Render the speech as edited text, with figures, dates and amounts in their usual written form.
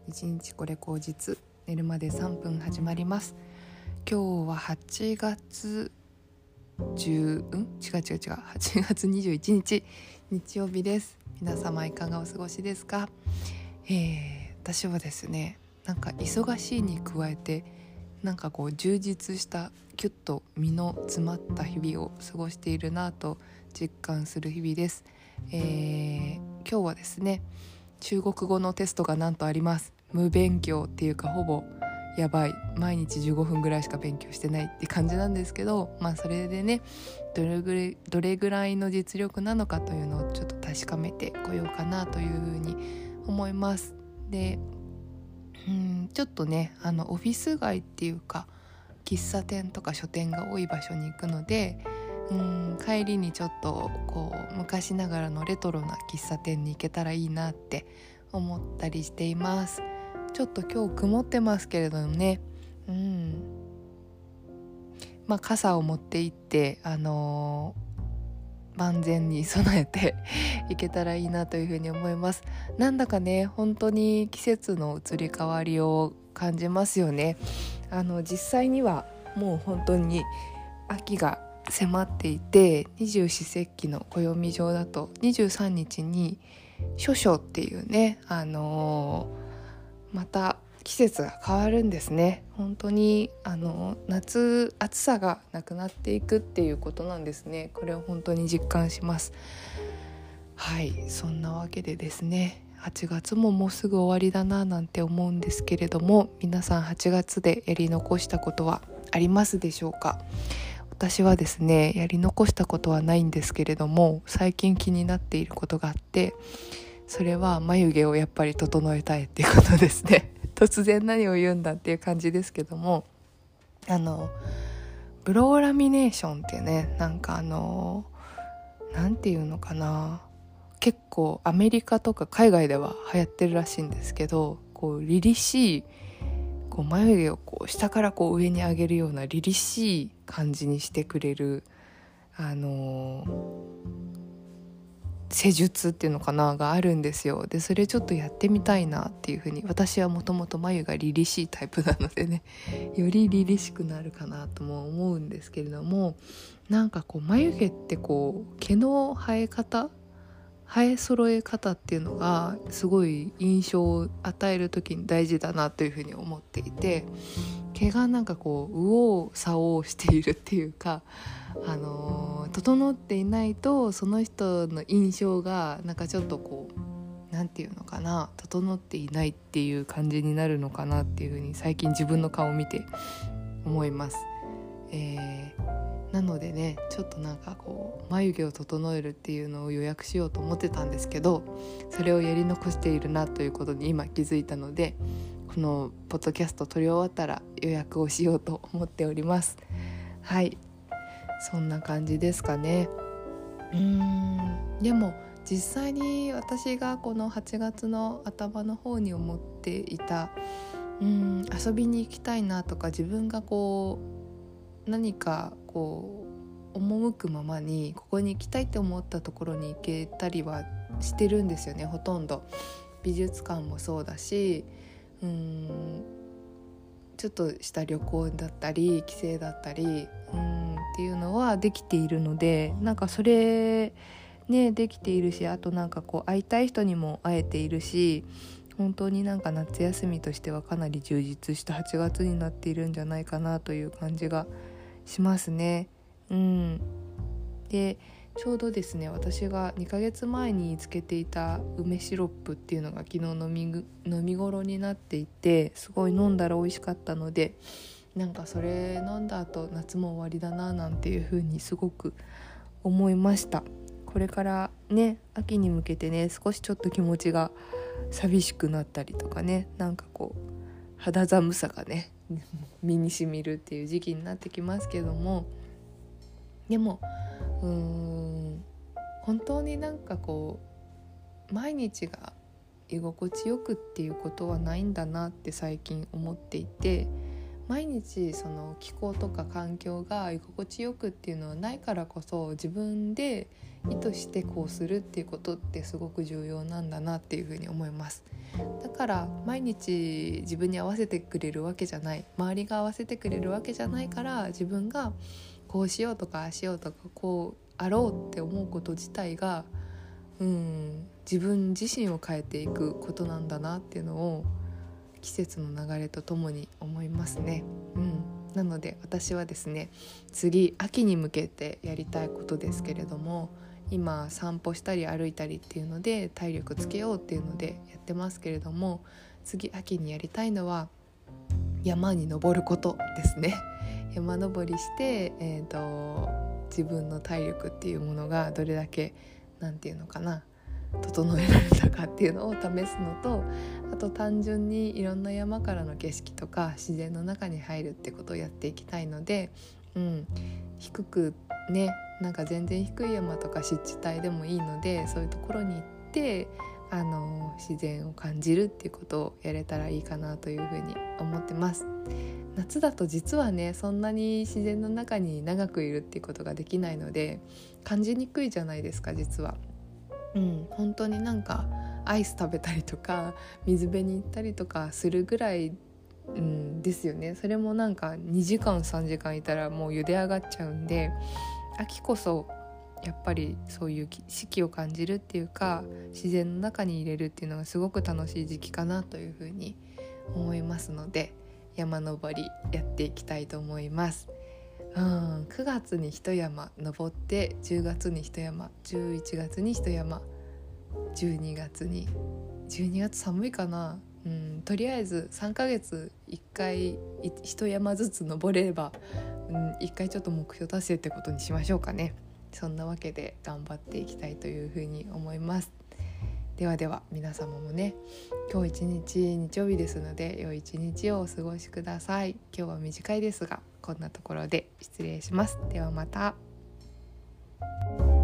1日これ口実、寝るまで3分始まります。今日は8月8月21日日曜日です。皆様いかがお過ごしですか？私はですね、忙しいに加えて充実したキュッと身の詰まった日々を過ごしているなと実感する日々です。今日はですね、中国語のテストがなんとあります。無勉強っていうかほぼやばい、毎日15分ぐらいしか勉強してないって感じなんですけど、それでね、どれぐらいの実力なのかというのをちょっと確かめてこようかなというふうに思います。で、ちょっとね、オフィス街っていうか喫茶店とか書店が多い場所に行くので、帰りにちょっと昔ながらのレトロな喫茶店に行けたらいいなって思ったりしています。ちょっと今日曇ってますけれどもね、傘を持って行って万全に備えていけたらいいなというふうに思います。なんだかね、本当に季節の移り変わりを感じますよね。実際にはもう本当に秋が迫っていて、二十四節気の暦上だと23日に処暑っていうね、また季節が変わるんですね。本当に暑さがなくなっていくっていうことなんですね。これを本当に実感します。はい、そんなわけでですね、8月ももうすぐ終わりだななんて思うんですけれども、皆さん8月でやり残したことはありますでしょうか？私はですね、やり残したことはないんですけれども、最近気になっていることがあって、それは眉毛をやっぱり整えたいっていうことですね。突然何を言うんだっていう感じですけども、ブローラミネーションってね、なんていうのかな、結構アメリカとか海外では流行ってるらしいんですけど、凛々しい眉毛を下から上に上げるような凛々しい感じにしてくれる施術っていうのかながあるんですよ。でそれちょっとやってみたいなっていうふうに、私はもともと眉が凛々しいタイプなのでね、より凛々しくなるかなとも思うんですけれども、眉毛って毛の生え揃え方っていうのがすごい印象を与える時に大事だなというふうに思っていて、毛が右往左往しているっていうか、整っていないとその人の印象がちょっとなんていうのかな、整っていないっていう感じになるのかなっていうふうに最近自分の顔を見て思います。なのでね、ちょっと眉毛を整えるっていうのを予約しようと思ってたんですけど、それをやり残しているなということに今気づいたので、このポッドキャスト撮り終わったら予約をしようと思っております。はい、そんな感じですかね。でも実際に私がこの8月の頭の方に思っていた遊びに行きたいなとか、自分が何か赴くままにここに行きたいって思ったところに行けたりはしてるんですよね。ほとんど美術館もそうだし、ちょっとした旅行だったり帰省だったりっていうのはできているので、それねできているし、あと会いたい人にも会えているし、本当に夏休みとしてはかなり充実した8月になっているんじゃないかなという感じがしますね。でちょうどですね、私が2ヶ月前に漬けていた梅シロップっていうのが昨日飲み頃になっていて、すごい飲んだら美味しかったので、それ飲んだ後夏も終わりだななんていう風にすごく思いました。これからね、秋に向けてね、少しちょっと気持ちが寂しくなったりとかね、肌寒さがね身に染みるっていう時期になってきますけども、でも本当に毎日が居心地よくっていうことはないんだなって最近思っていて、 毎日その気候とか環境が居心地よくっていうのはないからこそ、自分で意図してこうするっていうことってすごく重要なんだなっていうふうに思います。だから毎日自分に合わせてくれるわけじゃない、周りが合わせてくれるわけじゃないから、自分がこうしようとかああしようとかこうあろうって思うこと自体が自分自身を変えていくことなんだなっていうのを季節の流れとともに思いますね。なので私はですね、次秋に向けてやりたいことですけれども、今散歩したり歩いたりっていうので体力つけようっていうのでやってますけれども、次秋にやりたいのは山に登ることですね。山登りして、自分の体力っていうものがどれだけなんていうのかな整えられたかっていうのを試すのと、あと単純にいろんな山からの景色とか自然の中に入るってことをやっていきたいので、低くね、なんか全然低い山とか湿地帯でもいいので、そういうところに行って自然を感じるっていうことをやれたらいいかなというふうに思ってます。夏だと実はね、そんなに自然の中に長くいるっていうことができないので感じにくいじゃないですか、実は。本当になんかアイス食べたりとか水辺に行ったりとかするぐらい、ですよね。それもなんか2時間3時間いたらもう茹で上がっちゃうんで、秋こそやっぱりそういう四季を感じるっていうか、自然の中に入れるっていうのがすごく楽しい時期かなというふうに思いますので、山登りやっていきたいと思います。9月に一山登って、10月に一山、11月に一山、12月寒いかな、とりあえず3ヶ月1回一山ずつ登れれば、1回ちょっと目標達成ってことにしましょうかね。そんなわけで頑張っていきたいというふうに思います。ではでは皆様もね、今日一日日曜日ですので良い一日をお過ごしください。今日は短いですがこんなところで失礼します。ではまた。